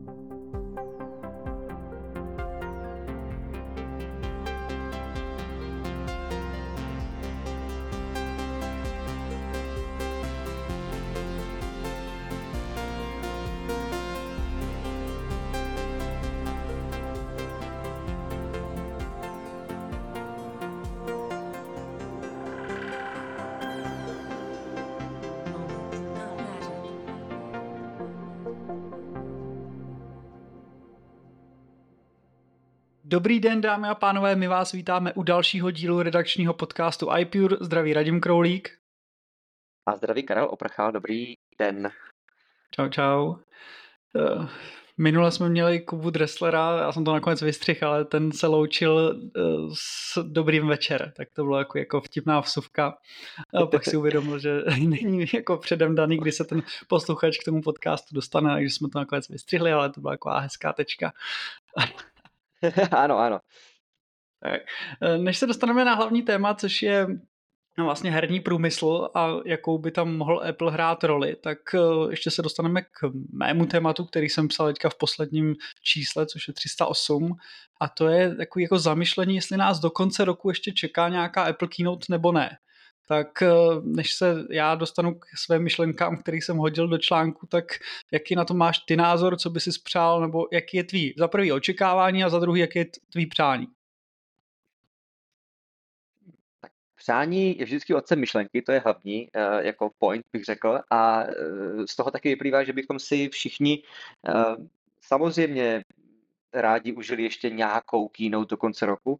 Dobrý den, dámy a pánové, my vás vítáme u dalšího dílu redakčního podcastu iPure. Zdraví Radim Kroulík. A zdraví Karel Oprchal, dobrý den. Čau. Minule jsme měli Kubu Dresslera, já jsem to nakonec vystřihl, ale ten se loučil s dobrým večer, tak to bylo jako vtipná vsuvka. A pak si uvědomil, že není jako předem daný, kdy se ten posluchač k tomu podcastu dostane, takže jsme to nakonec vystřihli, ale to byla taková hezká tečka. Ano. Tak. Než se dostaneme na hlavní téma, což je vlastně herní průmysl a jakou by tam mohl Apple hrát roli, tak ještě se dostaneme k mému tématu, který jsem psal teďka v posledním čísle, což je 308, a to je takový jako zamyšlení, jestli nás do konce roku ještě čeká nějaká Apple Keynote nebo ne. Tak než se já dostanu k svým myšlenkám, který jsem hodil do článku, tak jaký na to máš ty názor, co by si spřál, nebo jaký je tvý za prvý očekávání a za druhý, jaký je tvý přání? Přání je vždycky otcem myšlenky, to je hlavní jako point, bych řekl. A z toho taky vyplývá, že bychom si všichni samozřejmě rádi užili ještě nějakou keynote do konce roku,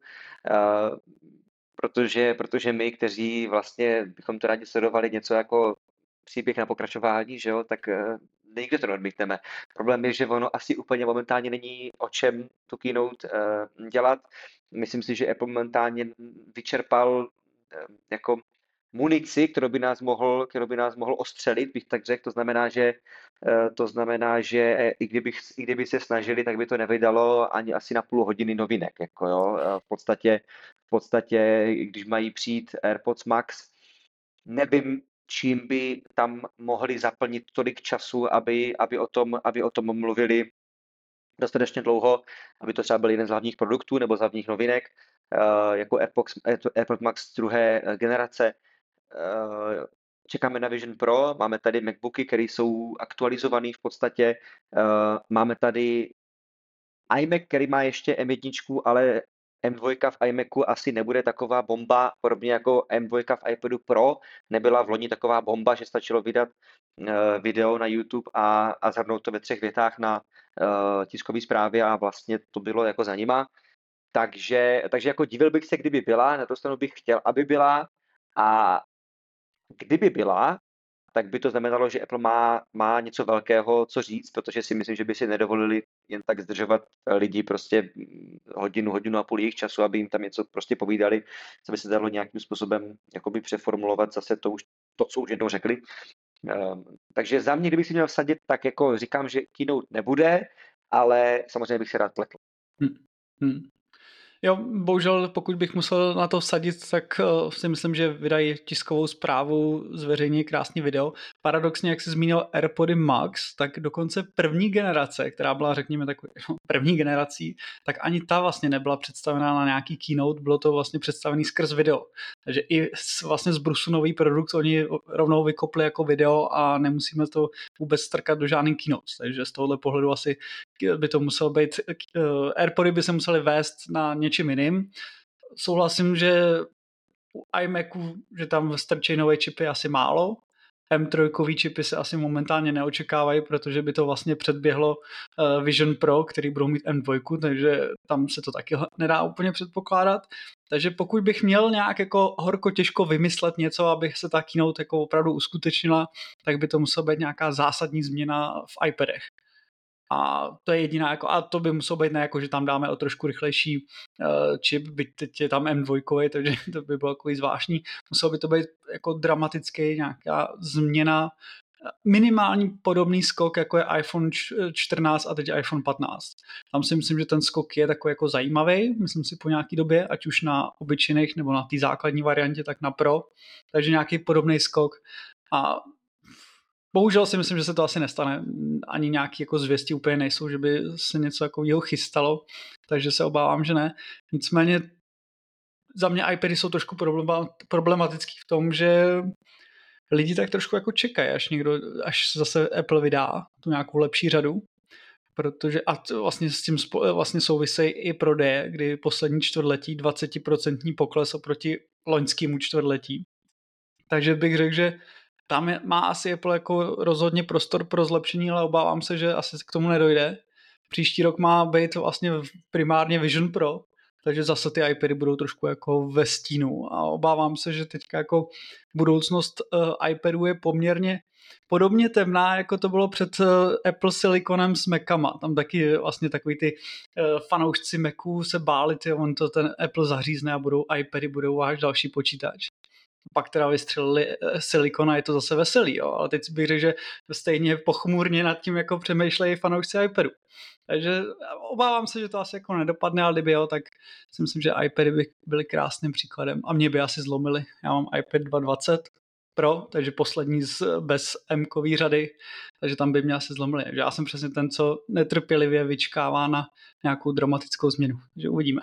protože my, kteří vlastně bychom to rádi sledovali něco jako příběh na pokračování, že jo, tak nikdo to neodmítneme. Problém je, že ono asi úplně momentálně není o čem tu keynote dělat. Myslím si, že Apple momentálně vyčerpal jako munici, kterou by nás mohl ostřelit, bych tak řekl. To znamená, že i kdyby se snažili, tak by to nevydalo ani asi na půl hodiny novinek. Jako jo. V podstatě, když mají přijít AirPods Max, nevím, čím by tam mohli zaplnit tolik času, aby o tom mluvili dostatečně dlouho, aby to třeba byl jeden z hlavních produktů nebo z hlavních novinek, jako AirPods Max druhé generace. Čekáme na Vision Pro, máme tady MacBooky, které jsou aktualizované v podstatě, máme tady iMac, který má ještě M1, ale M2 v iMacu asi nebude taková bomba, podobně jako M2 v iPadu Pro nebyla v loni taková bomba, že stačilo vydat video na YouTube a zhrnout to ve 3 větách na tiskové zprávě a vlastně to bylo jako za nima. Takže jako divil bych se, kdyby byla, na to stranu bych chtěl, aby byla, a kdyby byla, tak by to znamenalo, že Apple má něco velkého co říct, protože si myslím, že by si nedovolili jen tak zdržovat lidi prostě hodinu a půl jejich času, aby jim tam něco prostě povídali, co by se dalo nějakým způsobem jakoby přeformulovat zase to, co už jednou řekli. Takže za mě, kdybych si měl vsadit, tak jako říkám, že keynote nebude, ale samozřejmě bych se rád pletl. Jo, bohužel, pokud bych musel na to vsadit, tak si myslím, že vydají tiskovou zprávu, zveřejní krásný video. Paradoxně, jak jsi zmínil AirPody Max, tak dokonce první generace, která byla, řekněme, takový první generací, tak ani ta vlastně nebyla představená na nějaký keynote, bylo to vlastně představený skrz video. Takže i vlastně z brusu nový produkt oni rovnou vykopli jako video a nemusíme to vůbec strkat do žádný keynote. Takže z tohohle pohledu asi by to muselo být, AirPody by se museli vést na něčím jiným. Souhlasím, že u iMacu, že tam strčí nové čipy asi málo. M3 čipy se asi momentálně neočekávají, protože by to vlastně předběhlo Vision Pro, který budou mít M2, takže tam se to taky nedá úplně předpokládat. Takže pokud bych měl nějak jako horko těžko vymyslet něco, aby se ta keynote jako opravdu uskutečnila, tak by to musela být nějaká zásadní změna v iPadech. A to je jediná, jako, a to by muselo být ne jako, že tam dáme o trošku rychlejší čip, byť teď je tam M2, takže to by bylo takový zvláštní. Muselo by to být jako dramatický nějaká změna, minimální podobný skok, jako je iPhone 14 a teď iPhone 15. Tam si myslím, že ten skok je takový jako zajímavý, myslím si po nějaký době, ať už na obyčejných nebo na té základní variantě, tak na Pro. Takže nějaký podobný skok. A Bohužel si myslím, že se to asi nestane. Ani nějaký jako zvěsti úplně nejsou, že by se něco takového chystalo, takže se obávám, že ne. Nicméně za mě iPady jsou trošku problematický v tom, že lidi tak trošku jako čekají, až zase Apple vydá tu nějakou lepší řadu, protože a vlastně s tím vlastně souvisejí i prodeje, kdy poslední čtvrtletí 20% pokles oproti loňskému čtvrtletí. Takže bych řekl, že tam má asi Apple jako rozhodně prostor pro zlepšení, ale obávám se, že asi k tomu nedojde. Příští rok má být vlastně primárně Vision Pro, takže zase ty iPady budou trošku jako ve stínu a obávám se, že teďka jako budoucnost iPadu je poměrně podobně temná, jako to bylo před Apple Siliconem s Macama. Tam taky vlastně takový ty fanoušci Maců se báli, on to ten Apple zařízne a iPady budou váš další počítač. Pak teda vystřelili silikon a je to zase veselý, jo. Ale teď bych řekl, že stejně pochmurně nad tím jako přemýšlejí fanoušci iPadu. Takže obávám se, že to asi jako nedopadne, ale kdyby jo, tak si myslím, že iPady by byly krásným příkladem a mě by asi zlomili. Já mám iPad 220 Pro, takže poslední bez M-kový řady, takže tam by mě asi zlomili. Takže já jsem přesně ten, co netrpělivě vyčkává na nějakou dramatickou změnu. Takže uvidíme.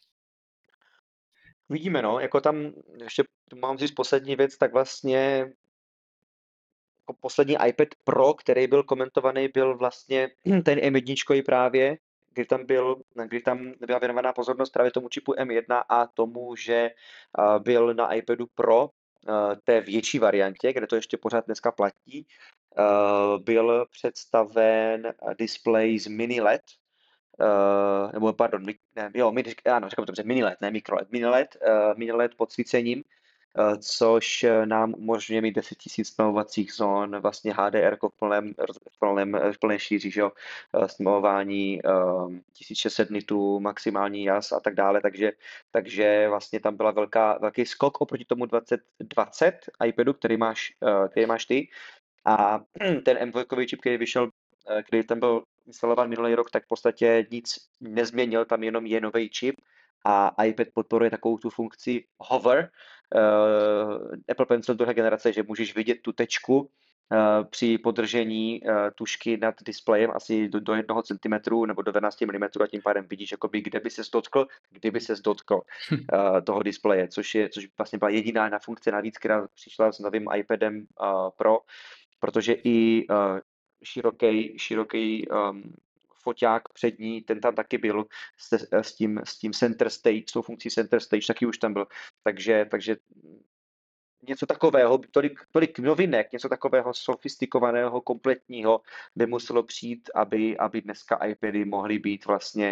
Vidíme, no, jako tam ještě mám říct poslední věc, tak vlastně jako poslední iPad Pro, který byl komentovaný, byl vlastně ten M1 právě, kdy tam byla věnovaná pozornost právě tomu čipu M1 a tomu, že byl na iPadu Pro, té větší variantě, kde to ještě pořád dneska platí, byl představen displej z mini LED, nebo pardon, ano, říkám to dobře, mini LED, ne mikro LED, mini LED pod svícením, což nám umožňuje mít 10 000 stmavovacích zón, vlastně HDR v plné šíři, že jo, stmavování 1600 nitů, maximální jas a tak dále, takže vlastně tam byla velký skok oproti tomu 2020 iPadu, který máš ty, a ten M2 čip, který vyšel, který tam byl instalován minulý rok, tak v podstatě nic nezměnil, tam jenom je nový čip a iPad podporuje takovou tu funkci hover, Apple Pencil druhé generace, že můžeš vidět tu tečku při podržení tužky nad displejem asi do 1 cm nebo do 12 mm a tím pádem vidíš, jakoby, kdyby ses dotkl toho displeje, což vlastně byla jediná funkce navíc, která přišla s novým iPadem Pro, protože i široký foťák přední, ten tam taky byl s tím center stage, s tou funkcí center stage, taky už tam byl. Takže něco takového, tolik novinek, něco takového sofistikovaného, kompletního by muselo přijít, aby dneska iPady mohly být vlastně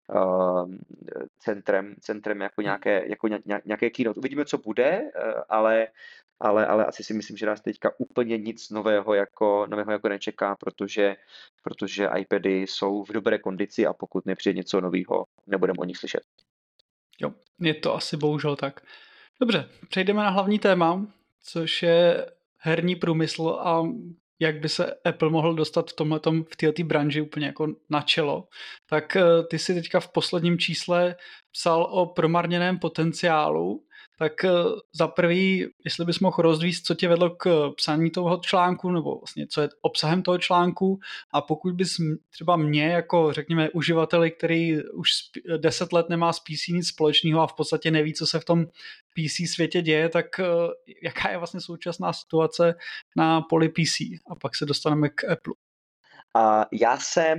centrem jako nějaké keynote. Uvidíme, co bude, ale asi si myslím, že nás teďka úplně nic nového jako nečeká, protože iPady jsou v dobré kondici a pokud nepřijde něco nového, nebudeme o nich slyšet. Jo, je to asi bohužel tak. Dobře, přejdeme na hlavní téma, což je herní průmysl a jak by se Apple mohl dostat v této branži úplně jako na čelo. Tak ty si teďka v posledním čísle psal o promarněném potenciálu, tak za prvý, jestli bys mohl rozvíct, co tě vedlo k psaní toho článku, nebo vlastně co je obsahem toho článku, a pokud bys třeba mě jako, řekněme, uživateli, který už 10 let nemá s PC nic společného a v podstatě neví, co se v tom PC světě děje, tak jaká je vlastně současná situace na poli PC? A pak se dostaneme k Apple. Já jsem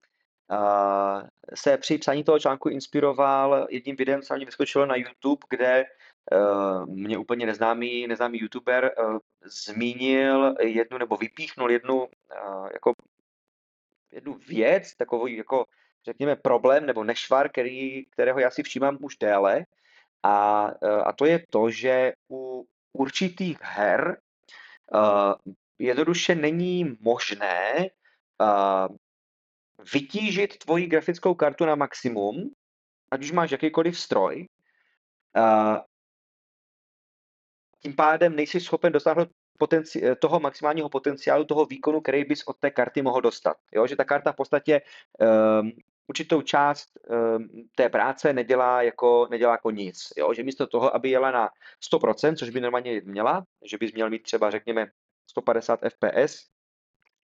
se při psání toho článku inspiroval jedním videem, co mě vyskočilo na YouTube, kde mě úplně neznámý YouTuber zmínil vypíchnul jednu věc, takový jako řekněme problém nebo nešvar, kterého já si všímám už déle, a to je to, že u určitých her jednoduše není možné vytížit tvoji grafickou kartu na maximum, ať už máš jakýkoliv stroj, tím pádem nejsi schopen dosáhnout toho maximálního potenciálu, toho výkonu, který bys od té karty mohl dostat. Jo? Že ta karta v podstatě určitou část té práce nedělá jako nic. Jo? Že místo toho, aby jela na 100%, což by normálně měla, že bys měl mít třeba řekněme 150 fps,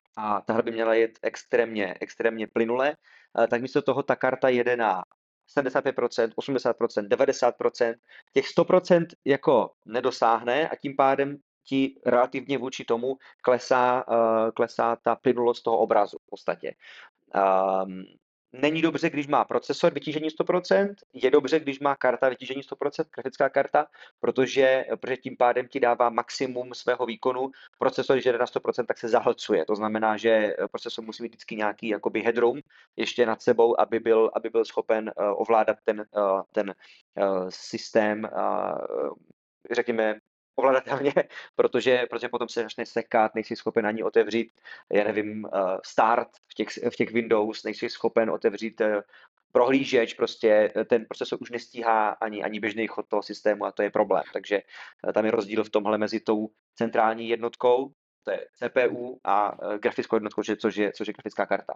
a ta hra by měla jet extrémně plynule, tak místo toho ta karta jede na 75%, 80%, 90%. Těch 100% jako nedosáhne a tím pádem ti relativně vůči tomu klesá ta plynulost toho obrazu v podstatě. Um, Není dobře, když má procesor vytížení 100%, je dobře, když má karta vytížení 100%, grafická karta, protože tím pádem ti dává maximum svého výkonu. Procesor, když jde na 100%, tak se zahlcuje. To znamená, že procesor musí mít vždycky nějaký jakoby headroom ještě nad sebou, aby byl schopen ovládat ten systém, řekněme, ovladatelně, protože potom se začne sekat, nejsi schopen ani otevřít, já nevím, start v těch Windows, nejsi schopen otevřít prohlížeč, prostě ten procesor už nestíhá ani běžný chod toho systému a to je problém. Takže tam je rozdíl v tomhle mezi tou centrální jednotkou, to je CPU, a grafickou jednotkou, což je grafická karta.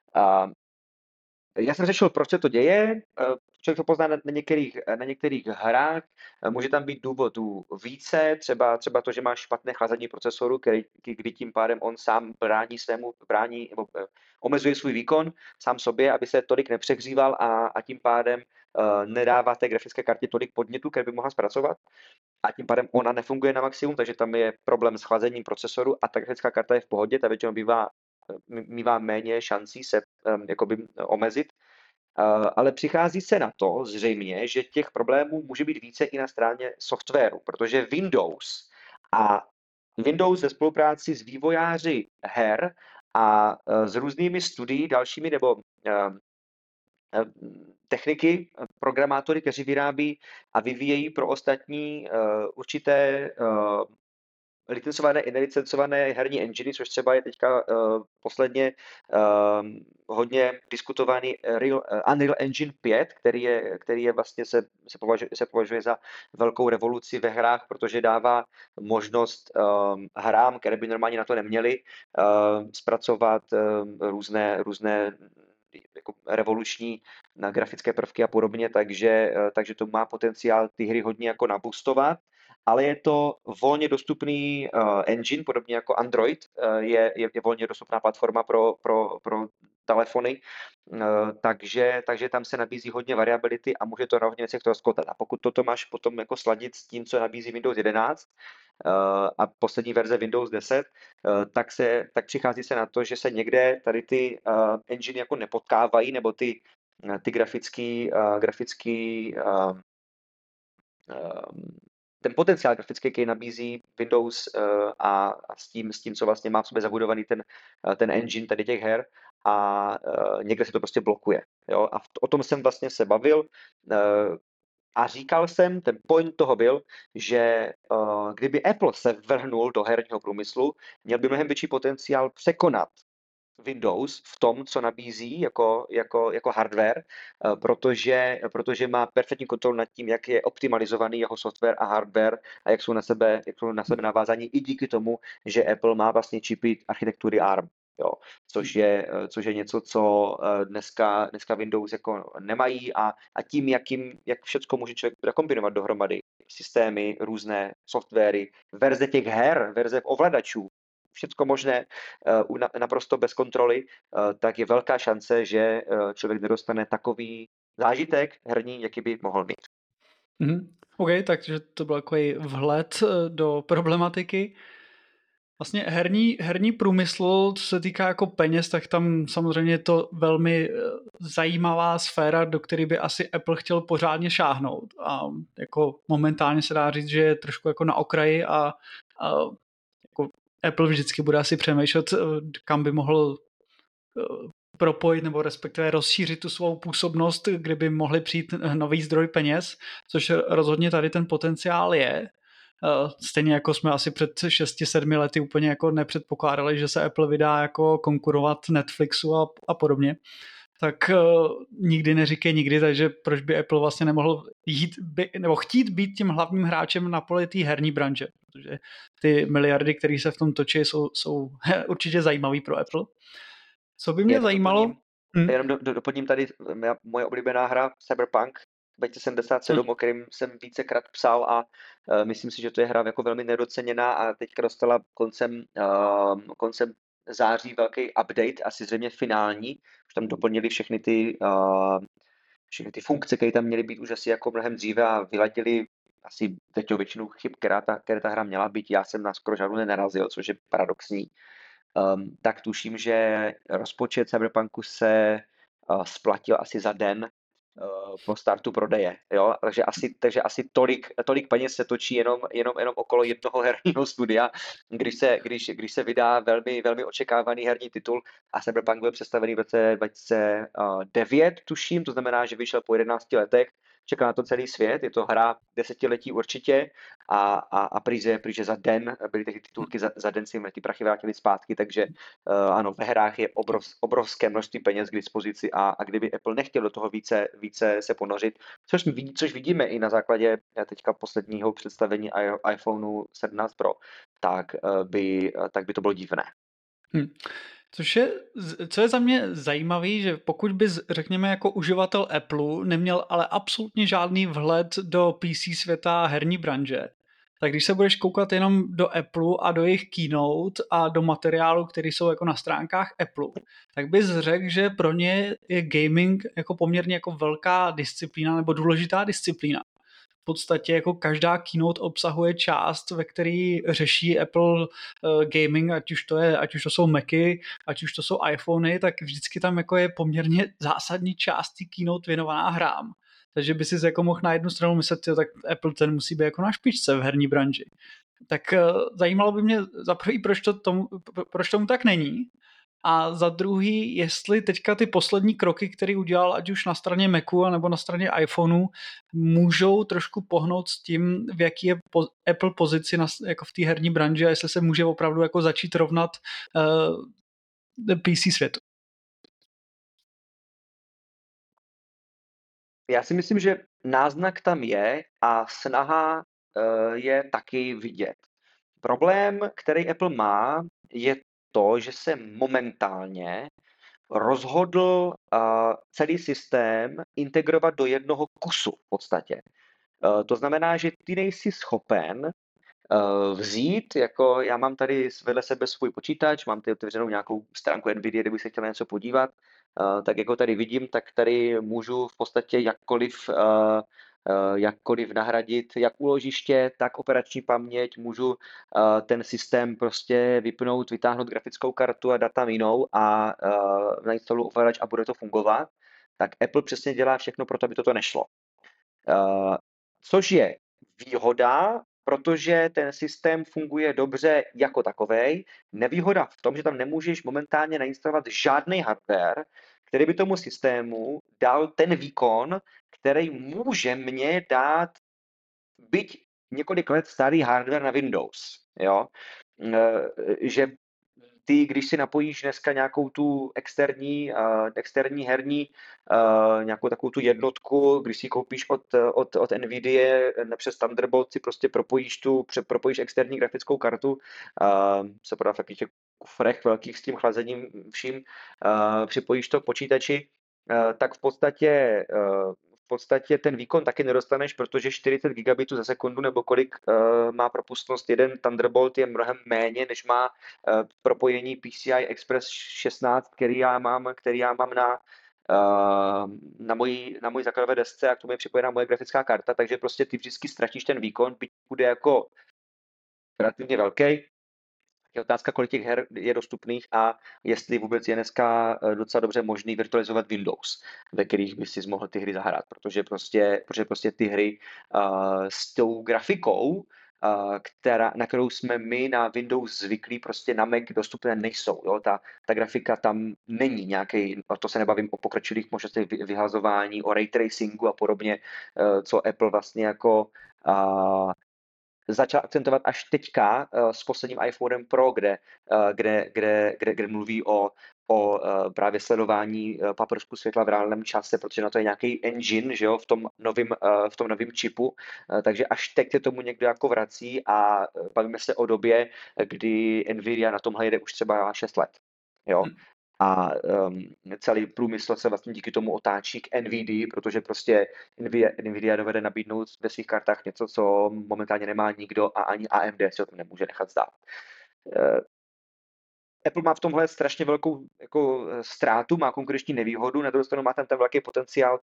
Já jsem řešil, proč se to děje. Člověk to pozná na některých hrách. Může tam být důvodů více, třeba to, že má špatné chlazení procesoru, kdy tím pádem on sám brání nebo omezuje svůj výkon sám sobě, aby se tolik nepřehříval a tím pádem nedává té grafické kartě tolik podnětů, které by mohla zpracovat. A tím pádem ona nefunguje na maximum, takže tam je problém s chlazením procesoru a ta grafická karta je v pohodě, ta většinou mívá méně šancí se jakoby omezit. Ale přichází se na to zřejmě, že těch problémů může být více i na straně softwaru, protože Windows ve spolupráci s vývojáři her a s různými studií dalšími nebo techniky, programátory, kteří vyrábí a vyvíjejí pro ostatní určité licencované i nelicencované herní enginy, což třeba je teďka posledně hodně diskutovaný Unreal Engine 5, který je vlastně se považuje za velkou revoluci ve hrách, protože dává možnost hrám, které by normálně na to neměly, zpracovat různé jako revoluční na grafické prvky a podobně, takže to má potenciál ty hry hodně jako naboostovat, ale je to volně dostupný engine, podobně jako Android, je volně dostupná platforma pro telefony, takže tam se nabízí hodně variability a může to na hodně věcech rozkotat. A pokud toto máš potom jako sladit s tím, co nabízí Windows 11 a poslední verze Windows 10, tak přichází se na to, že se někde tady ty engine jako nepotkávají, nebo ty grafický ten potenciál grafický, který nabízí Windows a s tím, co vlastně má v sobě zabudovaný ten engine tady těch her, a někde se to prostě blokuje. Jo? A o tom jsem vlastně se bavil a říkal jsem, ten point toho byl, že kdyby Apple se vrhnul do herního průmyslu, měl by mnohem větší potenciál překonat Windows v tom, co nabízí jako hardware, protože má perfektní kontrolu nad tím, jak je optimalizovaný jeho software a hardware a jak jsou na sebe navázaní i díky tomu, že Apple má vlastně čipy architektury ARM. Jo, což je něco, co dneska Windows jako nemají a tím, jak všechno může člověk kombinovat dohromady, systémy, různé softwary, verze těch her, verze ovladačů, všecko možné naprosto bez kontroly, tak je velká šance, že člověk nedostane takový zážitek herní, jaký by mohl mít. OK, takže to byl takový vhled do problematiky. Vlastně herní průmysl, co se týká jako peněz, tak tam samozřejmě je to velmi zajímavá sféra, do které by asi Apple chtěl pořádně šáhnout. A jako momentálně se dá říct, že je trošku jako na okraji a jako Apple vždycky bude asi přemýšlet, kam by mohl propojit nebo respektive rozšířit tu svou působnost, kdyby mohli přijít nový zdroj peněz, což rozhodně tady ten potenciál je. Stejně jako jsme asi před 6-7 lety úplně jako nepředpokládali, že se Apple vydá jako konkurovat Netflixu a podobně. Tak nikdy neříkej nikdy, takže proč by Apple vlastně nemohl nebo chtít být tím hlavním hráčem na poli té herní branže, protože ty miliardy, které se v tom točí, jsou určitě zajímavý pro Apple. Co by mě zajímalo... Jenom doplním tady moje oblíbená hra Cyberpunk 2077, o kterém jsem vícekrát psal a myslím si, že to je hra jako velmi nedoceněná a teďka dostala koncem září velký update, asi zřejmě finální, už tam doplnili všechny ty funkce, které tam měly být už asi jako mnohem dříve a vyladili asi většinu chyb, která ta hra měla být. Já jsem na skoro žádnou nenarazil, což je paradoxní. Tak tuším, že rozpočet Cyberpunku se splatil asi za den po startu prodeje. Jo? Takže asi tolik peněz se točí jenom okolo jednoho herního studia, když se vydá velmi, velmi očekávaný herní titul a Cyberpunk byl představený v roce 2009, tuším, to znamená, že vyšel po 11 letech, čeká na to celý svět, je to hra desetiletí určitě a prý, že za den byly ty titulky, za den si jim ty prachy vrátili zpátky, takže ano, ve hrách je obrovské množství peněz k dispozici a kdyby Apple nechtěl do toho více se ponořit, což vidíme i na základě teďka posledního představení iPhoneu 17 Pro, tak by to bylo divné. Hm. Co je za mě zajímavý, že pokud bys, řekněme, jako uživatel Apple neměl ale absolutně žádný vhled do PC světa herní branže, tak když se budeš koukat jenom do Apple a do jejich keynote a do materiálu, který jsou jako na stránkách Apple, tak bys řekl, že pro ně je gaming jako poměrně jako velká disciplína nebo důležitá disciplína. V podstatě jako každá keynote obsahuje část, ve který řeší Apple gaming, ať už to jsou Macy, ať už to jsou iPhony, tak vždycky tam jako je poměrně zásadní část té keynote věnovaná hrám. Takže by si jako mohl na jednu stranu myslet, tak Apple ten musí být jako na špičce v herní branži. Tak zajímalo by mě za prvý, proč tomu tak není. A za druhý, jestli teďka ty poslední kroky, které udělal, ať už na straně Macu nebo na straně iPhoneu, můžou trošku pohnout s tím, v jaký je Apple pozici jako v té herní branži a jestli se může opravdu jako začít rovnat PC světu. Já si myslím, že náznak tam je a snaha je taky vidět. Problém, který Apple má, je to, že se momentálně rozhodl celý systém integrovat do jednoho kusu v podstatě. To znamená, že ty nejsi schopen vzít, jako já mám tady vedle sebe svůj počítač, mám tady otevřenou nějakou stránku NVIDIA, kdybych se chtěl na něco podívat, tak jako tady vidím, tak tady můžu v podstatě jakkoliv nahradit jak úložiště, tak operační paměť, můžu ten systém prostě vypnout, vytáhnout grafickou kartu a dát tam jinou a nainstaluji ovladač a bude to fungovat, tak Apple přesně dělá všechno pro to, aby toto nešlo. Což je výhoda, protože ten systém funguje dobře jako takovej. Nevýhoda v tom, že tam nemůžeš momentálně nainstalovat žádný hardware, který by tomu systému dal ten výkon, který může mě dát byť několik let starý hardware na Windows. Jo? Že ty, když si napojíš dneska nějakou tu externí herní, nějakou takovou tu jednotku, když si koupíš od NVIDIA přes Thunderbolt, si prostě propojíš externí grafickou kartu, se prodá v takových kufrech velkých s tím chlazením vším, připojíš to k počítači, tak v podstatě ten výkon taky nedostaneš, protože 40 gigabitů za sekundu nebo kolik má propustnost jeden Thunderbolt je mnohem méně, než má propojení PCI Express 16, který já mám na mojí základové desce a k tomu je připojená moje grafická karta, takže prostě ty vždycky ztratíš ten výkon, byť bude jako relativně velký. Je otázka, kolik těch her je dostupných a jestli vůbec je dneska docela dobře možný virtualizovat Windows, ve kterých by si mohl ty hry zahrát, protože prostě ty hry s tou grafikou, na kterou jsme my na Windows zvyklí, prostě na Mac dostupné nejsou. Jo? Ta grafika tam není nějaký, a to se nebavím o pokročilých možnostech vyhazování, o ray tracingu a podobně, co Apple vlastně jako začal akcentovat až teďka s posledním iPhonem Pro, kde mluví o právě sledování paprsku světla v reálném čase, protože na to je nějaký engine, že jo, v tom novém čipu, takže až teď se tomu někdo jako vrací a bavíme se o době, kdy Nvidia na tomhle jede už třeba 6 let, jo. A celý průmysl se vlastně díky tomu otáčí k NVIDIA, protože prostě Nvidia dovede nabídnout ve svých kartách něco, co momentálně nemá nikdo a ani AMD si o tom nemůže nechat zdát. Apple má v tomhle strašně velkou jako ztrátu, má konkurenční nevýhodu, na druhou stranu má tam ten velký potenciál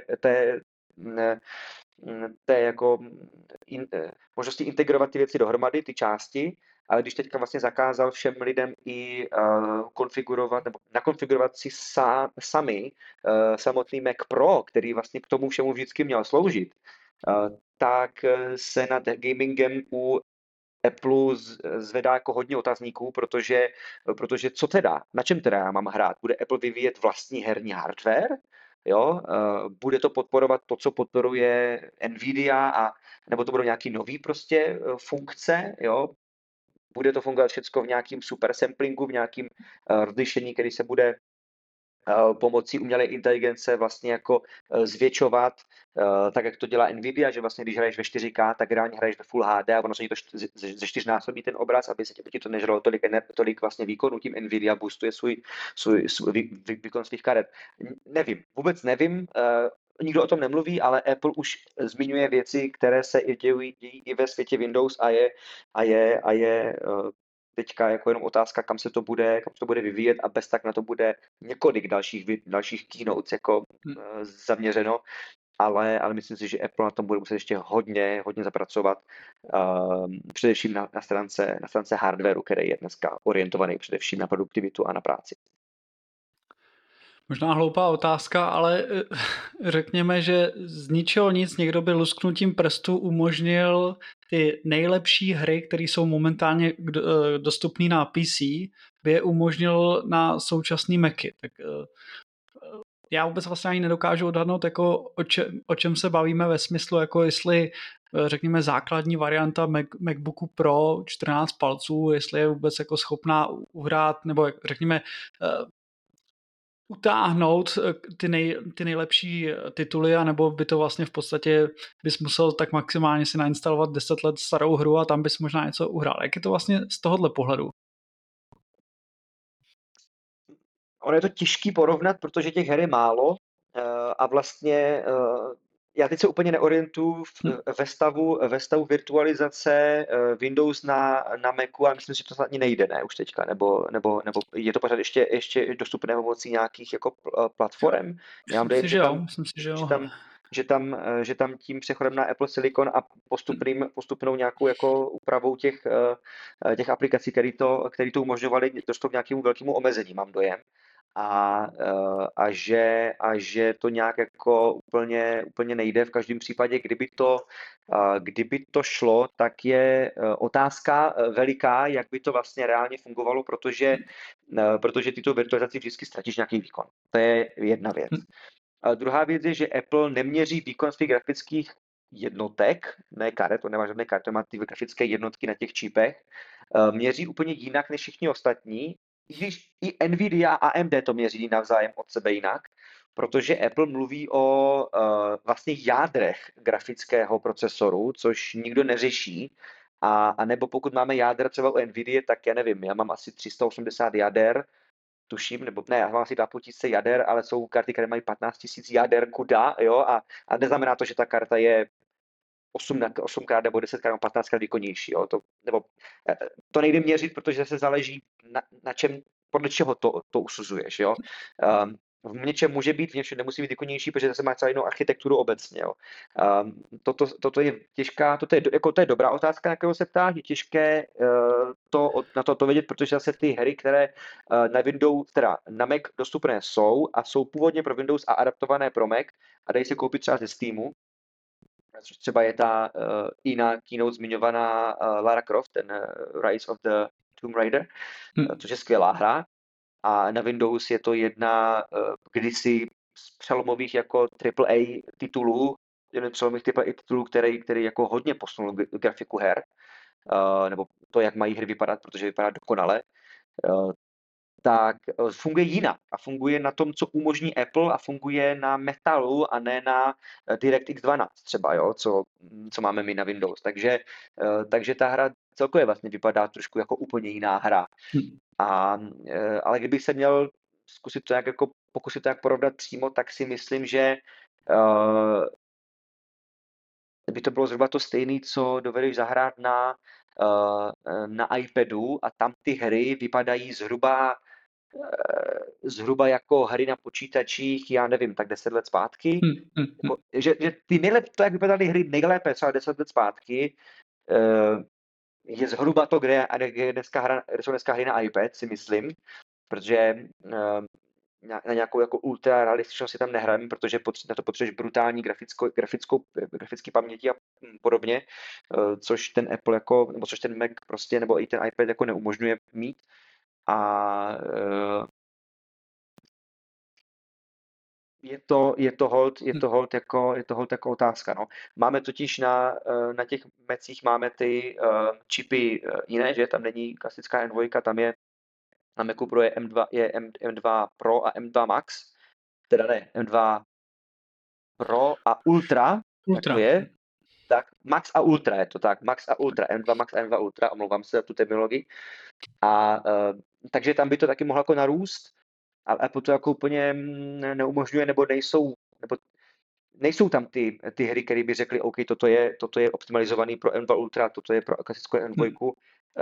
té jako možnosti integrovat ty věci dohromady, ty části, ale když teďka vlastně zakázal všem lidem i konfigurovat nebo nakonfigurovat si sami samotný Mac Pro, který vlastně k tomu všemu vždycky měl sloužit, tak se nad gamingem u Apple zvedá jako hodně otazníků, protože co teda, na čem teda já mám hrát? Bude Apple vyvíjet vlastní herní hardware? Jo, bude to podporovat to, co podporuje Nvidia, nebo to budou nějaký nový prostě funkce, jo? Bude to fungovat všechno v nějakým super samplingu, v nějakým rozlišení, který se bude pomocí umělé inteligence vlastně jako zvětšovat, tak jak to dělá Nvidia, že vlastně když hraješ ve 4K, tak reálně hraješ ve Full HD a ono se ti to ze čtyřnásobí ten obraz, aby se ti to nežralo tolik vlastně výkonu, tím Nvidia boostuje svůj výkon svých karet. Nevím, vůbec nevím, nikdo o tom nemluví, ale Apple už zmiňuje věci, které se dějí i ve světě Windows a je teďka jako jenom otázka, kam se to bude vyvíjet a bez tak na to bude několik dalších keynotes jako zaměřeno, ale myslím si, že Apple na tom bude muset ještě hodně zapracovat, především na stránce hardwareu, který je dneska orientovaný především na produktivitu a na práci. Možná hloupá otázka, ale řekněme, že z ničeho nic někdo by lusknutím prstu umožnil ty nejlepší hry, které jsou momentálně dostupné na PC, by je umožnil na současný Macy. Tak já vůbec vlastně ani nedokážu odhadnout, jako o čem se bavíme ve smyslu, jako jestli řekněme základní varianta MacBooku Pro 14 palců, jestli je vůbec jako schopná uhrát, nebo řekněme utáhnout ty nejlepší tituly, anebo by to vlastně v podstatě bys musel tak maximálně si nainstalovat 10 let starou hru a tam bys možná něco uhrál. Jak je to vlastně z tohohle pohledu? Ono je to těžký porovnat, protože těch her je málo a vlastně já teď se úplně neorientuju ve stavu virtualizace Windows na Macu a myslím si, že to ani nejde, ne, už teďka, nebo je to pořád ještě dostupné pomocí nějakých jako platform. Já mám dojem, Myslím si, že jo. že tam tím přechodem na Apple Silicon a postupnou nějakou jako úpravou těch aplikací, které to umožňovaly, došlo k nějakému velkému omezení, mám dojem. A že to nějak jako úplně nejde. V každém případě, kdyby to šlo, tak je otázka veliká, jak by to vlastně reálně fungovalo, protože tyto virtualizaci vždycky ztratíš nějaký výkon. To je jedna věc. A druhá věc je, že Apple neměří výkon svých grafických jednotek, ne karet, to nemá žádné karty, to má ty grafické jednotky na těch čípech, měří úplně jinak než všichni ostatní, i když i Nvidia a AMD to měří navzájem od sebe jinak, protože Apple mluví o vlastně jádrech grafického procesoru, což nikdo neřeší, a nebo pokud máme jádra třeba u Nvidia, tak já nevím, já mám asi 380 jader, tuším, nebo ne, já mám asi 2,5 jader, ale jsou karty, které mají 15 000 jader kuda, jo, a neznamená to, že ta karta je 8krát nebo 10krát nebo 15krát výkonnější, jo, to nejde měřit, protože se záleží na čem, podle čeho to usuzuješ, jo. V něčem může být, v něčem nemusí být výkonnější, protože zase má celou jinou architekturu obecně. Jo. Toto je těžká, to je dobrá otázka, na kterou se ptáš, je těžké na to vědět, protože zase ty hry, které na Windows, teda na Mac dostupné jsou a jsou původně pro Windows a adaptované pro Mac a dají se koupit třeba ze Steamu, což třeba je ta i na keynote zmiňovaná Lara Croft, ten Rise of the Tomb Raider, což je skvělá hra. A na Windows je to jedna kdysi z přelomových jako AAA titulů, jeden z přelomových titulů, který jako hodně posunul grafiku her, nebo to, jak mají hry vypadat, protože vypadá dokonale, tak funguje jinak a funguje na tom, co umožní Apple a funguje na Metalu a ne na DirectX 12 třeba, jo, co máme my na Windows. Takže ta hra celkově vlastně vypadá trošku jako úplně jiná hra. Ale kdybych se měl pokusit to jak porovnat přímo, tak si myslím, že by to bylo zhruba to stejné, co dovedeš zahrát na iPadu a tam ty hry vypadají zhruba jako hry na počítačích, já nevím, tak 10 let zpátky. Hm, hm, hm. Jako, že ty to, jak vypadaly hry nejlépe třeba 10 let zpátky, je zhruba to, kde jsou dneska hry na iPad, si myslím, protože na nějakou jako ultra realističnost si tam nehrajeme, protože na to potřebuješ brutální grafické paměti a podobně, což ten Apple jako, nebo což ten Mac prostě, nebo i ten iPad jako neumožňuje mít. A je to hold jako otázka, no. Máme totiž na těch Macích máme ty čipy jiné, že tam není klasická M2, tam je na Macu Pro je M2 Pro a M2 Max, teda ne, M2 Pro a Ultra, tak to Ultra. je. Tak Max a Ultra je to tak, Max a Ultra, M2 Max a M2 Ultra, omlouvám se za tu terminologii. A takže tam by to taky mohlo jako narůst, ale Apple to jako úplně neumožňuje, nebo nejsou tam ty hry, které by řekly, OK, toto je optimalizovaný pro M2 Ultra, toto je pro klasickou M2.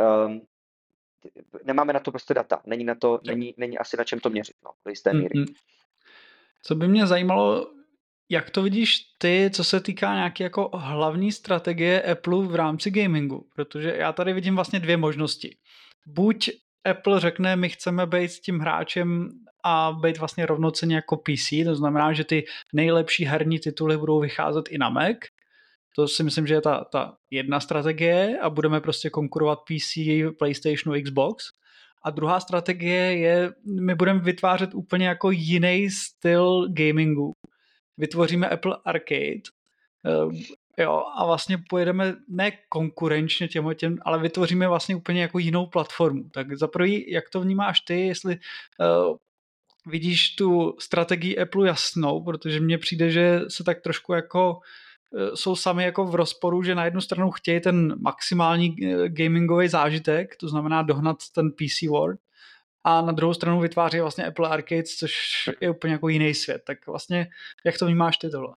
Nemáme na to prostě data, není asi na čem to měřit, no, do jisté míry. Co by mě zajímalo, jak to vidíš ty, co se týká nějaké jako hlavní strategie Apple v rámci gamingu? Protože já tady vidím vlastně dvě možnosti. Buď Apple řekne, my chceme být s tím hráčem a být vlastně rovnocenně jako PC, to znamená, že ty nejlepší herní tituly budou vycházet i na Mac. To si myslím, že je ta jedna strategie a budeme prostě konkurovat PC, PlayStationu, Xbox. A druhá strategie je, my budeme vytvářet úplně jako jiný styl gamingu. Vytvoříme Apple Arcade, jo, a vlastně pojedeme ne konkurenčně těm, ale vytvoříme vlastně úplně jako jinou platformu. Tak za prvý, jak to vnímáš ty, jestli vidíš tu strategii Apple jasnou, protože mně přijde, že se tak trošku jako jsou sami jako v rozporu, že na jednu stranu chtějí ten maximální gamingový zážitek, to znamená dohnat ten PC World, a na druhou stranu vytváří vlastně Apple Arcades, což je úplně jako jiný svět. Tak vlastně, jak to vnímáš ty tohle?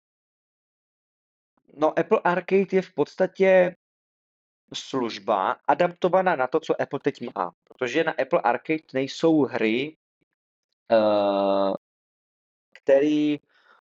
No, Apple Arcade je v podstatě služba adaptovaná na to, co Apple teď má. Protože na Apple Arcade nejsou hry, které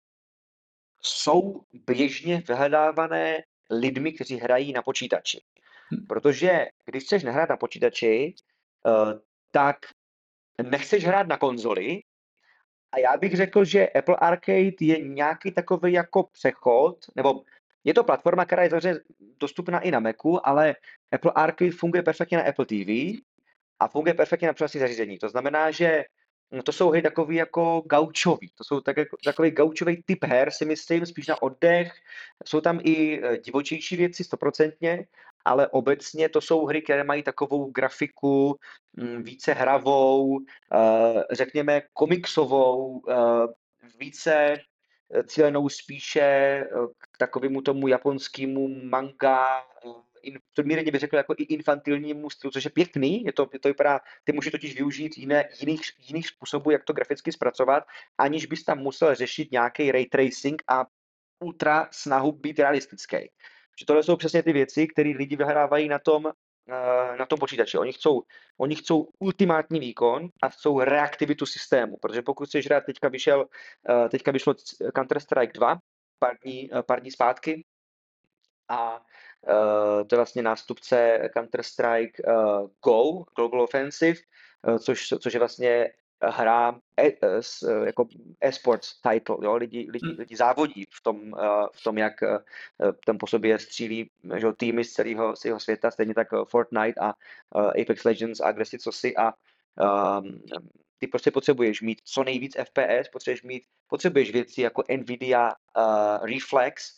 jsou běžně vyhledávané lidmi, kteří hrají na počítači. Protože když chceš nehrát na počítači, tak nechceš hrát na konzoli. A já bych řekl, že Apple Arcade je nějaký takový jako přechod, nebo je to platforma, která je samozřejmě dostupná i na Macu, ale Apple Arcade funguje perfektně na Apple TV a funguje perfektně na přenosných zařízení. To znamená, že to jsou hry takový jako gaučový. To jsou takový gaučový typ her, si myslím, spíš na oddech. Jsou tam i divočejší věci, 100%, ale obecně to jsou hry, které mají takovou grafiku více hravou, řekněme komiksovou, více cílenou spíše k takovému tomu japonskému manga, to mírně bych řekl jako i infantilnímu stylu, což je pěkný, to vypadá, ty můžeš totiž využít jiných způsobů, jak to graficky zpracovat, aniž bys tam musel řešit nějaký ray tracing a ultra snahu být realistický. Že tohle jsou přesně ty věci, které lidi vyhrávají na tom počítači. Oni chcou ultimátní výkon a chcou reaktivitu systému, protože pokud chceš hrát, teďka vyšlo Counter-Strike 2, pár dní zpátky, a to je vlastně nástupce Counter-Strike Go, Global Offensive, což je vlastně hra jako e-sports title, jo? Lidi závodí v tom, jak tam po sobě střílí, že, týmy z celého světa, stejně tak Fortnite a Apex Legends a kde si cosi a ty prostě potřebuješ mít co nejvíc FPS, potřebuješ věci jako Nvidia Reflex,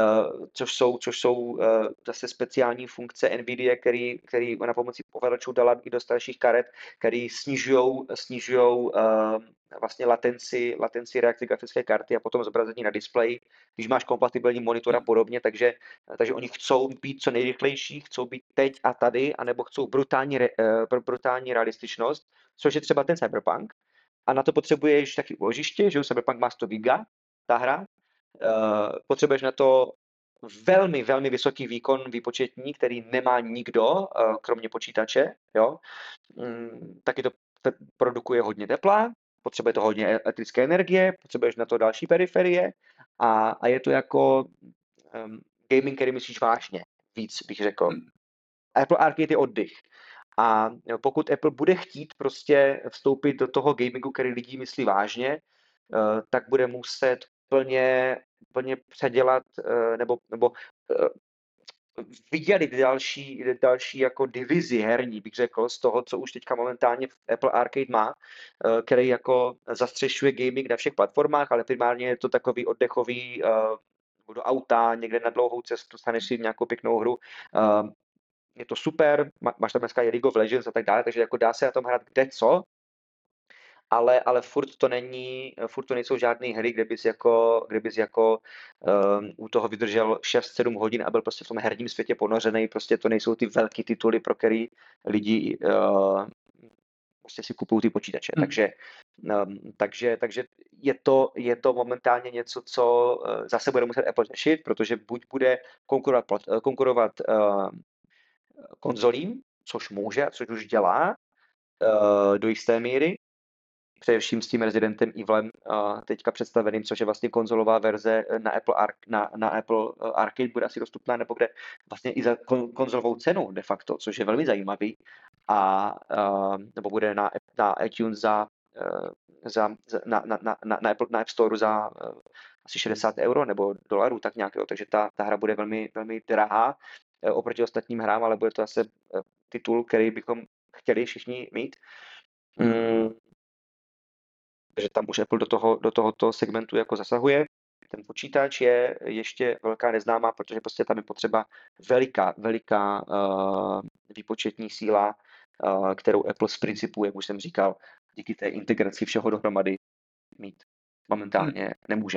což jsou zase speciální funkce Nvidia, který na pomocí ovladačů dala i do starších karet, který snižujou vlastně latenci reakce grafické karty a potom zobrazení na displeji, když máš kompatibilní monitor a podobně, takže oni chcou být co nejrychlejší, chcou být teď a tady, anebo chcou brutální realističnost, což je třeba ten Cyberpunk. A na to potřebuješ taky úložiště, že Cyberpunk má 100 giga, ta hra. Potřebuješ na to velmi, velmi vysoký výkon výpočetní, který nemá nikdo, kromě počítače, jo. Taky to produkuje hodně tepla, potřebuje to hodně elektrické energie, potřebuješ na to další periferie a je to jako gaming, který myslíš vážně, víc bych řekl. Hm. Apple Arcade je oddych. A pokud Apple bude chtít prostě vstoupit do toho gamingu, který lidi myslí vážně, tak bude muset plně předělat nebo vydělit další jako divizi herní, bych řekl, z toho, co už teďka momentálně Apple Arcade má, který jako zastřešuje gaming na všech platformách, ale primárně je to takový oddechový do auta, někde na dlouhou cestu, staneš si nějakou pěknou hru. Je to super, máš tam dneska i League of Legends a tak dále, takže jako dá se na tom hrát kde co, ale furt to nejsou žádné hry, kde bys jako u toho vydržel 6-7 hodin a byl prostě v tom herním světě ponořený, prostě to nejsou ty velký tituly, pro který lidi prostě si kupují ty počítače. Takže je to momentálně něco, co zase bude muset Apple řešit, protože buď bude konkurovat konzolím, což může, což už dělá do jisté míry, především s tím Residentem Evilem teďka představeným, což je vlastně konzolová verze na Apple Arcade, bude asi dostupná, nebo kde vlastně i za konzolovou cenu de facto, což je velmi zajímavý. Nebo bude na iTunes na App Store za asi 60 € nebo dolarů, tak nějak, takže ta hra bude velmi, velmi drahá oproti ostatním hrám, ale bude to zase titul, který bychom chtěli všichni mít. Takže tam už Apple do tohoto segmentu jako zasahuje. Ten počítač je ještě velká neznámá, protože prostě tam je potřeba veliká výpočetní síla, kterou Apple z principu, jak už jsem říkal, díky té integraci všeho dohromady mít momentálně nemůže.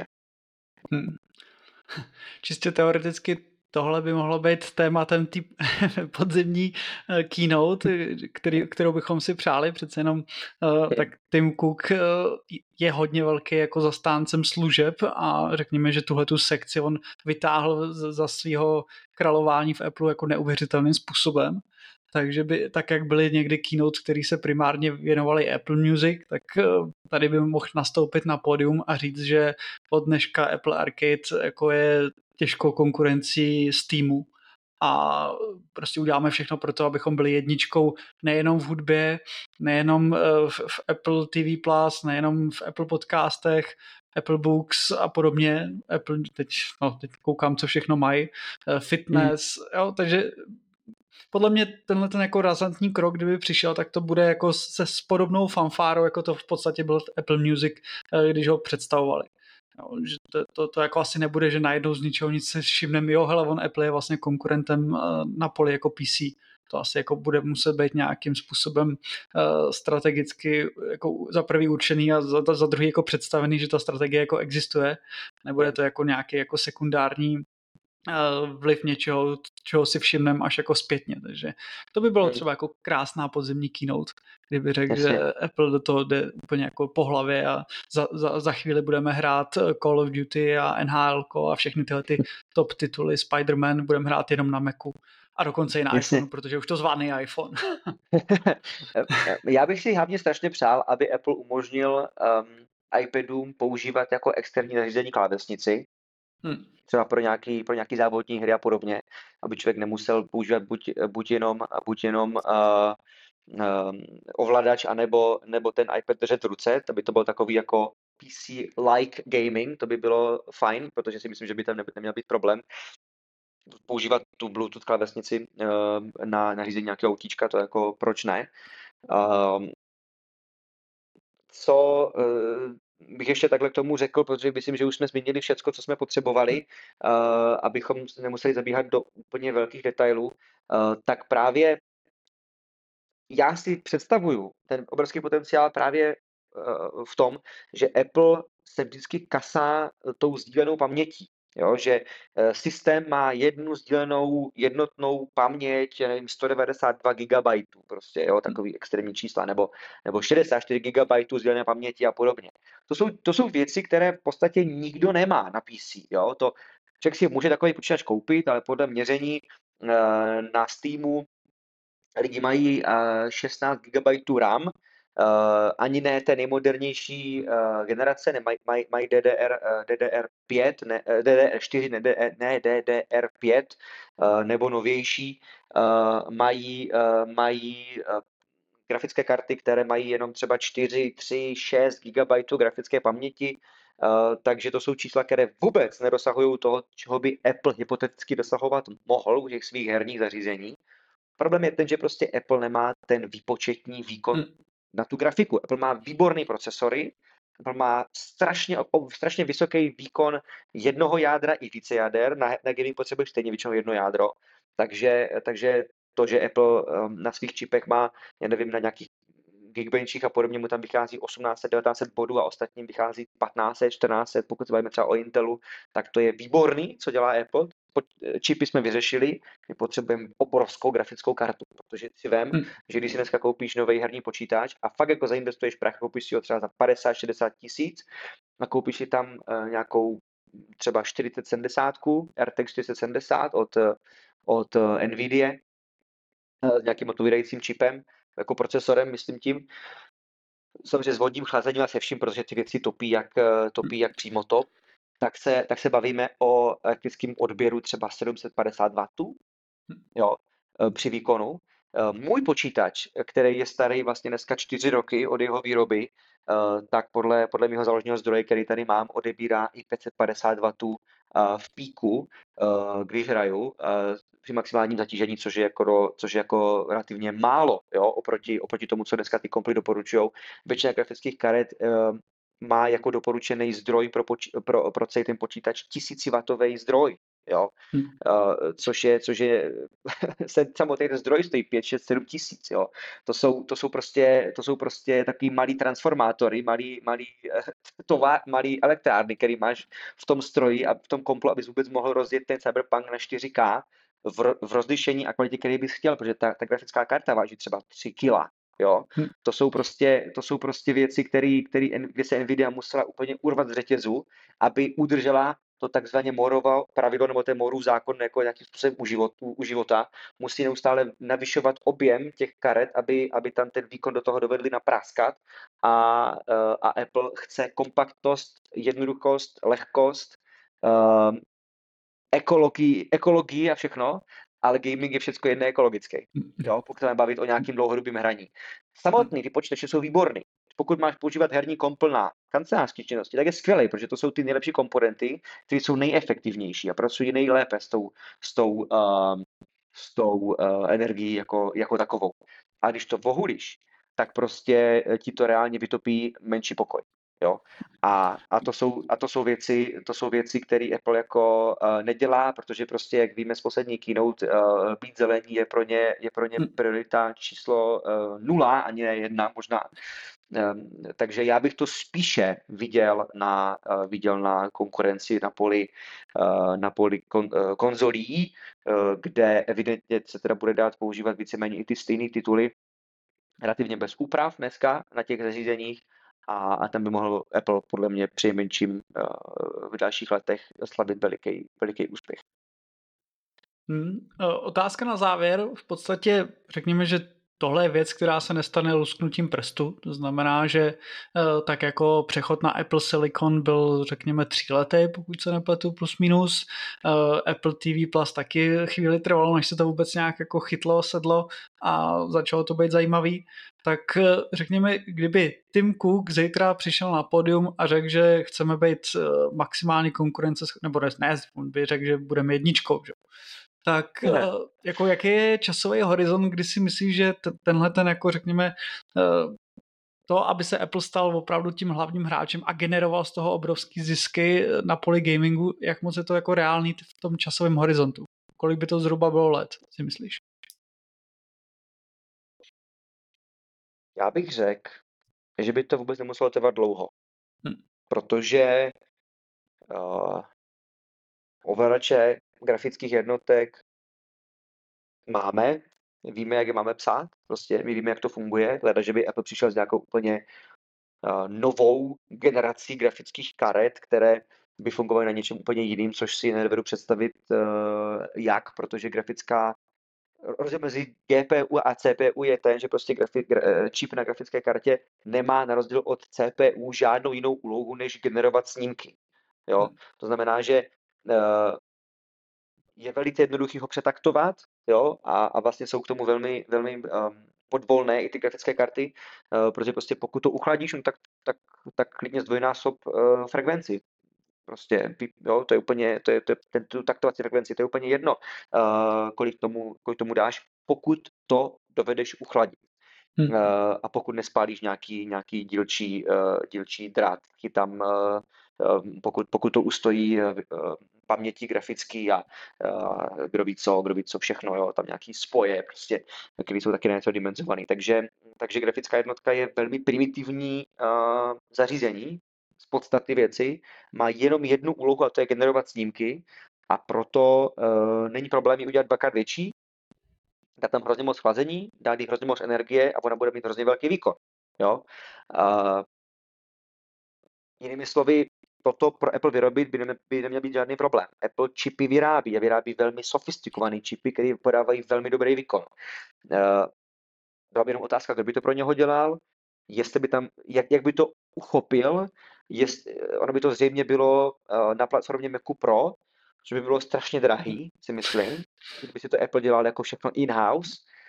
Čistě teoreticky tohle by mohlo být tématem té podzimní keynote, kterou bychom si přáli, přece jenom tak Tim Cook je hodně velký jako zastáncem služeb a řekněme, že tuhletu sekci on vytáhl za svého králování v Apple jako neuvěřitelným způsobem. Takže by, tak jak byly někdy keynote, který se primárně věnovali Apple Music, tak tady by mohl nastoupit na pódium a říct, že od dneška Apple Arcade jako je těžkou konkurencí Steamu a prostě uděláme všechno pro to, abychom byli jedničkou nejenom v hudbě, nejenom v Apple TV+, nejenom v Apple podcastech, Apple Books a podobně. Apple teď koukám, co všechno mají. Fitness, jo, takže podle mě tenhle ten jako razantní krok, kdyby přišel, tak to bude jako se s podobnou fanfárou, jako to v podstatě byl Apple Music, když ho představovali. Jo, že to jako asi nebude, že najednou z ničeho nic se všimneme, jo, hele, Apple je vlastně konkurentem na poli jako PC. To asi jako bude muset být nějakým způsobem strategicky jako za prvý určený a za druhý jako představený, že ta strategie jako existuje. Nebude to jako nějaký jako sekundární vliv něčeho, čeho si všimneme až jako zpětně. Takže to by bylo třeba jako krásná podzimní keynote, kdyby řekl, že Apple do toho jde úplně jako po hlavě a za chvíli budeme hrát Call of Duty a NHL a všechny tyhle ty top tituly Spider-Man budeme hrát jenom na Macu. A dokonce i na iPhone, protože už to zvládne iPhone. Já bych si hlavně strašně přál, aby Apple umožnil iPadům používat jako externí zařízení klávesnici, třeba pro nějaký závodní hry a podobně, aby člověk nemusel používat buď jenom ovladač, nebo ten iPad držet v ruce, aby to byl takový jako PC-like gaming, to by bylo fajn, protože si myslím, že by tam neměl být problém používat tu Bluetooth klávesnici na řízení nějakého autíčka, to jako proč ne. Co bych ještě takhle k tomu řekl, protože myslím, že už jsme zmínili všecko, co jsme potřebovali, abychom nemuseli zabíhat do úplně velkých detailů, tak právě já si představuju ten obrovský potenciál právě v tom, že Apple se vždycky kasá tou sdílenou pamětí. Jo, že systém má jednu sdílenou jednotnou paměť, nevím, 192 GB, prostě, jo, takový extrémní čísla, nebo 64 GB sdílené paměti a podobně. To jsou věci, které v podstatě nikdo nemá na PC. Jo? člověk si může takový počítač koupit, ale podle měření na Steamu lidi mají 16 GB RAM, ani ne té nejmodernější generace, mají DDR5, ne, DDR4, ne DDR5, nebo novější, mají grafické karty, které mají jenom třeba 4, 3, 6 GB grafické paměti, takže to jsou čísla, které vůbec nedosahují toho, čeho by Apple hypoteticky dosahovat mohl u těch svých herních zařízení. Problém je ten, že prostě Apple nemá ten výpočetní výkon Hm. na tu grafiku. Apple má výborný procesory, Apple má strašně vysoký výkon jednoho jádra i více jader. Na gaming potřebuješ stejně většinou jedno jádro. Takže to, že Apple na svých čipech má, já nevím, na nějakých Geekbenchích a podobně mu tam vychází 1800, 1900 bodů a ostatním vychází 1500, 1400, pokud se bavíme třeba o Intelu, tak to je výborný, co dělá Apple. Čipy jsme vyřešili, my potřebujeme obrovskou grafickou kartu, protože si vem, Hm. že když si dneska koupíš nový herní počítač a fakt jako zainvestuješ prach, koupíš si ho třeba za 50-60 tisíc a koupíš si tam nějakou třeba 4070, RTX 4070 od Nvidia, s nějakým odpovídajícím čipem, jako procesorem, myslím tím, samozřejmě s vodním chlazením a se vším, protože ty věci topí jak přímo top, tak se bavíme o elektrickém odběru třeba 750 W, jo, při výkonu. Můj počítač, který je starý vlastně dneska 4 roky od jeho výroby, tak podle mého záložního zdroje, který tady mám, odebírá i 550 W v píku, když hraju, při maximálním zatížení, což je jako relativně málo, jo, oproti tomu, co dneska ty komply doporučujou. Většina grafických karet má jako doporučený zdroj pro celý ten počítač 1000W zdroj, jo. Hm. Což je samotný ten zdroj stojí 5, 6, 7 tisíc, jo. To jsou prostě takový malý transformátory, malý elektrárny, který máš v tom stroji a v tom komplu, abys vůbec mohl rozjet ten Cyberpunk na 4K v rozlišení a kvalitě, který bys chtěl, protože ta grafická karta váží třeba 3 kila, jo. Hm. To jsou prostě věci, kde se Nvidia musela úplně urvat z řetězu, aby udržela to takzvaně Mooreovo pravidlo nebo ten Mooreův zákon jako nějakým způsobem u života, musí neustále navyšovat objem těch karet, aby tam ten výkon do toho dovedli napráskat a Apple chce kompaktnost, jednoduchost, lehkost, ekologii a všechno, ale gaming je všechno jedné ekologický. Jo, pokud se bavit o nějakým dlouhodobým hraní. Samotný ty počítače jsou výborný. Pokud máš používat herní kompl na kancelářské činnosti, tak je skvělý, protože to jsou ty nejlepší komponenty, které jsou nejefektivnější a pracují nejlépe s tou energií jako takovou. A když to vohulíš, tak prostě ti to reálně vytopí menší pokoj. Jo? To jsou věci, které Apple jako nedělá, protože prostě, jak víme z poslední keynote, být zelení je pro ně priorita číslo 0, ani ne 1 možná. Takže já bych to spíše viděl na konkurenci na poli konzolí, kde evidentně se teda bude dát používat víceméně i ty stejné tituly relativně bez úprav dneska na těch zařízeních a tam by mohl Apple podle mě přinejmenším v dalších letech slavit veliký úspěch. Otázka na závěr. V podstatě řekněme, že tohle je věc, která se nestane lusknutím prstu. To znamená, že tak jako přechod na Apple Silicon byl řekněme 3letý, pokud se nepletu, plus minus. Apple TV Plus taky chvíli trvalo, než se to vůbec nějak jako chytlo, sedlo a začalo to být zajímavý. Tak řekněme, kdyby Tim Cook zítra přišel na pódium a řekl, že chceme být maximálně konkurence, nebo ne, on by řekl, že budeme jedničkou, že? Tak jako jaký je časový horizont, kdy si myslíš, že tenhle ten jako řekněme to, aby se Apple stal opravdu tím hlavním hráčem a generoval z toho obrovský zisky na poli gamingu, jak moc je to jako reálný v tom časovém horizontu? Kolik by to zhruba bylo let, si myslíš? Já bych řekl, že by to vůbec nemuselo trvat dlouho, protože ovladače grafických jednotek máme, víme, jak je máme psát, prostě my víme, jak to funguje, hleda, že by Apple přišel s nějakou úplně novou generací grafických karet, které by fungovaly na něčem úplně jiným, což si nedovedu představit, jak, protože rozdíl mezi GPU a CPU je ten, že prostě čip na grafické kartě nemá na rozdíl od CPU žádnou jinou úlohu, než generovat snímky. Jo? To znamená, že je velice jednoduchý ho přetaktovat, jo, a vlastně jsou k tomu velmi, velmi podvolné i ty grafické karty, protože prostě pokud to uchladíš, no tak klidně zdvojnásob frekvenci. Prostě, jo, to je úplně, tu taktovací frekvenci, to je úplně jedno, kolik tomu dáš, pokud to dovedeš uchladit. A pokud nespálíš nějaký dílčí drát, taky tam, pokud to ustojí paměti grafický a kdo ví co všechno, jo, tam nějaký spoje, prostě, které jsou taky něco dimenzovaný. Takže grafická jednotka je velmi primitivní zařízení z podstaty věci, má jenom jednu úlohu a to je generovat snímky a proto není problém ji udělat dvakrát větší, dát tam hrozně moc chlazení, dát jí hrozně moc energie a ona bude mít hrozně velký výkon. Jo? Jinými slovy, toto pro Apple vyrobit by neměl být žádný problém. Apple čipy vyrábí a vyrábí velmi sofistikované čipy, které podávají velmi dobrý výkon. Byla by jenom otázka, kdo by to pro něho dělal, jestli by tam, jak by to uchopil, ono by to zřejmě bylo na platformě Macu Pro, což by bylo strašně drahý, si myslím, kdyby si to Apple dělal jako všechno in-house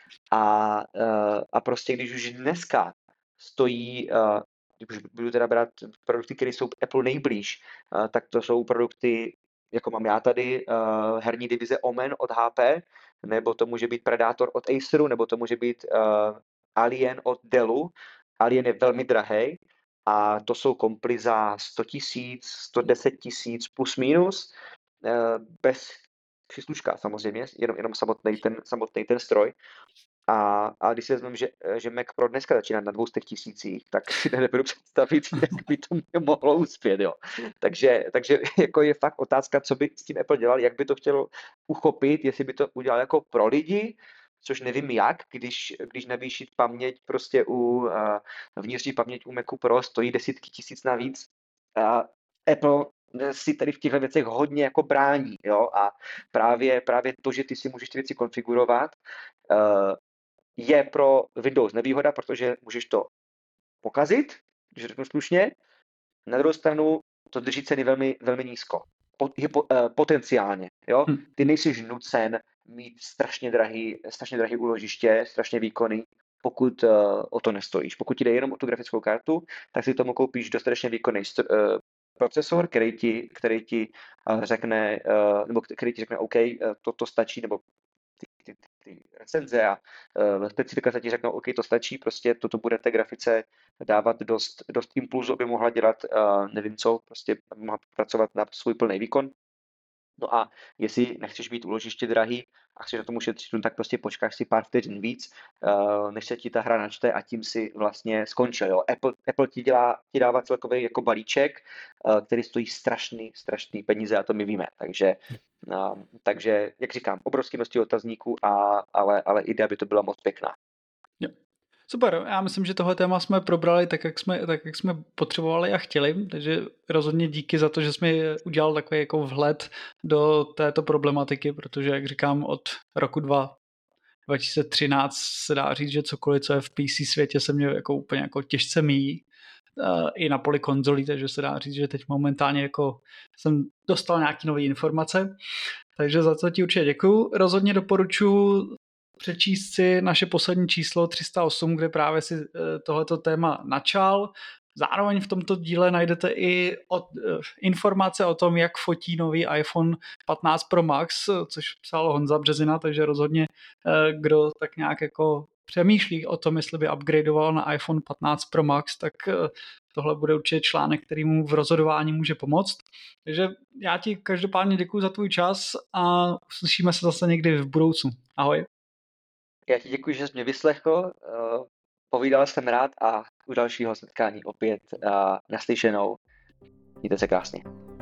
a prostě když už dneska stojí, když budu teda brát produkty, které jsou Apple nejblíž, tak to jsou produkty, jako mám já tady, herní divize Omen od HP, nebo to může být Predator od Aceru, nebo to může být Alien od Dellu. Alien je velmi drahý a to jsou komply za 100 000, 110 000 plus minus, bez přísluška samozřejmě, jenom samotný ten stroj. A když si vezmeme, že Mac Pro dneska začíná na 200 000, tak si nebudu představit, jak by to mohlo uspět. Jo. Takže jako je fakt otázka, co by s tím Apple dělal, jak by to chtělo uchopit, jestli by to udělal jako pro lidi, což nevím jak, když navýšit paměť prostě vnitřní paměť u Macu Pro stojí desítky tisíc navíc. Apple si tady v těchto věcech hodně jako brání. Jo? A právě to, že ty si můžeš ty věci konfigurovat, je pro Windows nevýhoda, protože můžeš to pokazit, když řeknu slušně. Na druhou stranu to drží ceny velmi, velmi nízko. Potenciálně. Jo? Ty nejsi nucen mít strašně drahý úložiště, strašně výkonný, pokud o to nestojíš. Pokud jde jenom o tu grafickou kartu, tak si tomu koupíš dostatečně výkonný procesor, který ti řekne, nebo který ti řekne, OK, to stačí, nebo ty recenze a specifikace ti řeknou, OK, to stačí, prostě toto bude té grafice dávat dost impulzu, aby mohla dělat nevím co, prostě mohla pracovat na svůj plný výkon. No a jestli nechceš být úložiště drahý a chceš na tomu šetřit, no tak prostě počkáš si pár vteřin víc, než se ti ta hra načte a tím si vlastně skončil. Jo. Apple ti dává celkový jako balíček, který stojí strašný peníze a to my víme. Takže jak říkám, obrovské množství otazníků, ale idea by to byla moc pěkná. Jo. Super, já myslím, že tohle téma jsme probrali tak, jak jsme potřebovali a chtěli, takže rozhodně díky za to, že jsme udělal takový jako vhled do této problematiky, protože, jak říkám, od roku 2013 se dá říct, že cokoliv, co je v PC světě, se mě jako úplně jako těžce míjí, i na poli konzolí, takže se dá říct, že teď momentálně jako jsem dostal nějaké nové informace, takže za to ti určitě děkuju. Rozhodně doporučuji přečíst si naše poslední číslo 308, kde právě si tohleto téma načal. Zároveň v tomto díle najdete i informace o tom, jak fotí nový iPhone 15 Pro Max, což psal Honza Březina, takže rozhodně kdo tak nějak jako přemýšlí o tom, jestli by upgradeoval na iPhone 15 Pro Max, tak tohle bude určitě článek, který mu v rozhodování může pomoct. Takže já ti každopádně děkuji za tvůj čas a uslyšíme se zase někdy v budoucnu. Ahoj. Já ti děkuji, že jsi mě vyslechl, povídal jsem rád a u dalšího setkání opět naslyšenou. Mějte se krásně.